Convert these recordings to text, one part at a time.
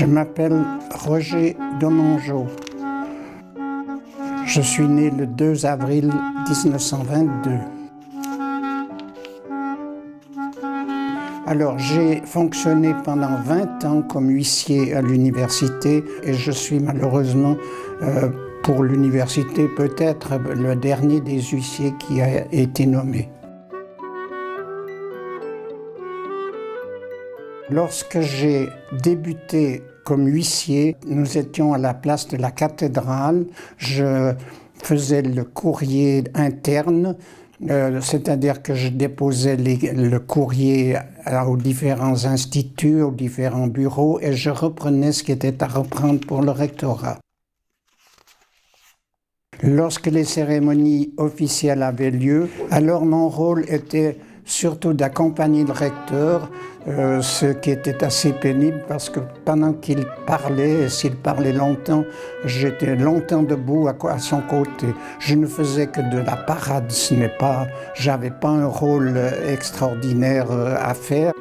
Je m'appelle Roger Domongeau. Je suis né le 2 avril 1922. Alors, j'ai fonctionné pendant 20 ans comme huissier à l'université et je suis malheureusement, pour l'université, peut-être le dernier des huissiers qui a été nommé. Lorsque j'ai débuté comme huissier, nous étions à la place de la cathédrale. Je faisais le courrier interne, c'est-à-dire que je déposais le courrier aux différents instituts, aux différents bureaux, et je reprenais ce qui était à reprendre pour le rectorat. Lorsque les cérémonies officielles avaient lieu, alors mon rôle était surtout d'accompagner le recteur, ce qui était assez pénible parce que pendant qu'il parlait, et s'il parlait longtemps, j'étais longtemps debout à son côté. Je ne faisais que de la parade, j'avais pas un rôle extraordinaire à faire.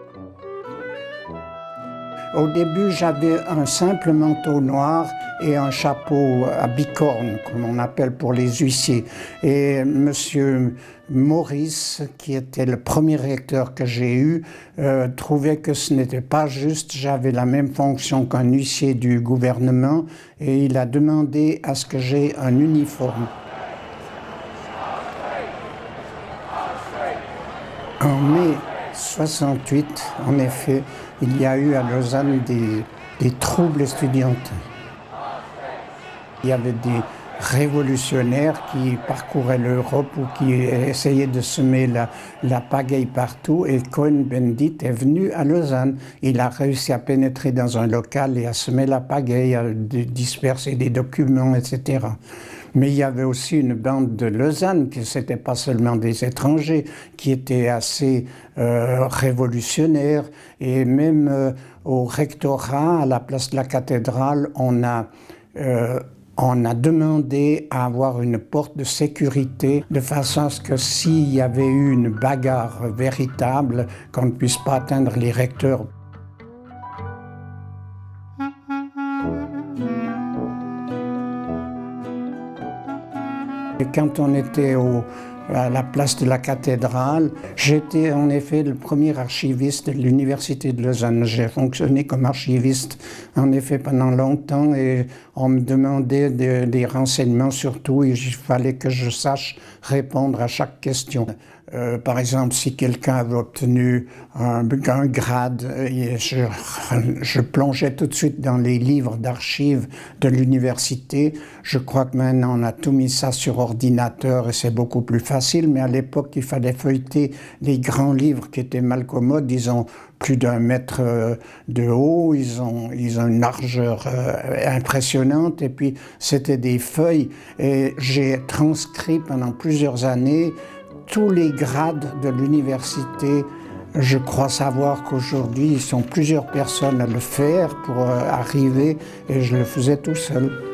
Au début, j'avais un simple manteau noir et un chapeau à bicorne, comme on appelle pour les huissiers. Et Monsieur Maurice, qui était le premier recteur que j'ai eu, trouvait que ce n'était pas juste. J'avais la même fonction qu'un huissier du gouvernement et il a demandé à ce que j'aie un uniforme. En mai 68, en effet, il y a eu à Lausanne des troubles estudiantins. Il y avait des révolutionnaires qui parcouraient l'Europe ou qui essayaient de semer la pagaille partout et Cohn-Bendit est venu à Lausanne. Il a réussi à pénétrer dans un local et à semer la pagaille, à disperser des documents, etc. Mais il y avait aussi une bande de Lausanne, qui n'était pas seulement des étrangers, qui étaient assez révolutionnaires. Et même au rectorat, à la place de la cathédrale, on a demandé à avoir une porte de sécurité de façon à ce que s'il y avait eu une bagarre véritable, qu'on ne puisse pas atteindre les recteurs. Et quand on était à la place de la cathédrale, j'étais en effet le premier archiviste de l'Université de Lausanne. J'ai fonctionné comme archiviste en effet pendant longtemps et on me demandait des renseignements surtout et il fallait que je sache répondre à chaque question. Par exemple, si quelqu'un avait obtenu un grade, je plongeais tout de suite dans les livres d'archives de l'université. Je crois que maintenant on a tout mis ça sur ordinateur et c'est beaucoup plus facile, mais à l'époque il fallait feuilleter les grands livres qui étaient mal commodes. Ils ont plus d'1 mètre de haut, ils ont une largeur impressionnante et puis c'était des feuilles et j'ai transcrit pendant plusieurs années tous les grades de l'université. Je crois savoir qu'aujourd'hui, ils sont plusieurs personnes à le faire pour arriver et je le faisais tout seul.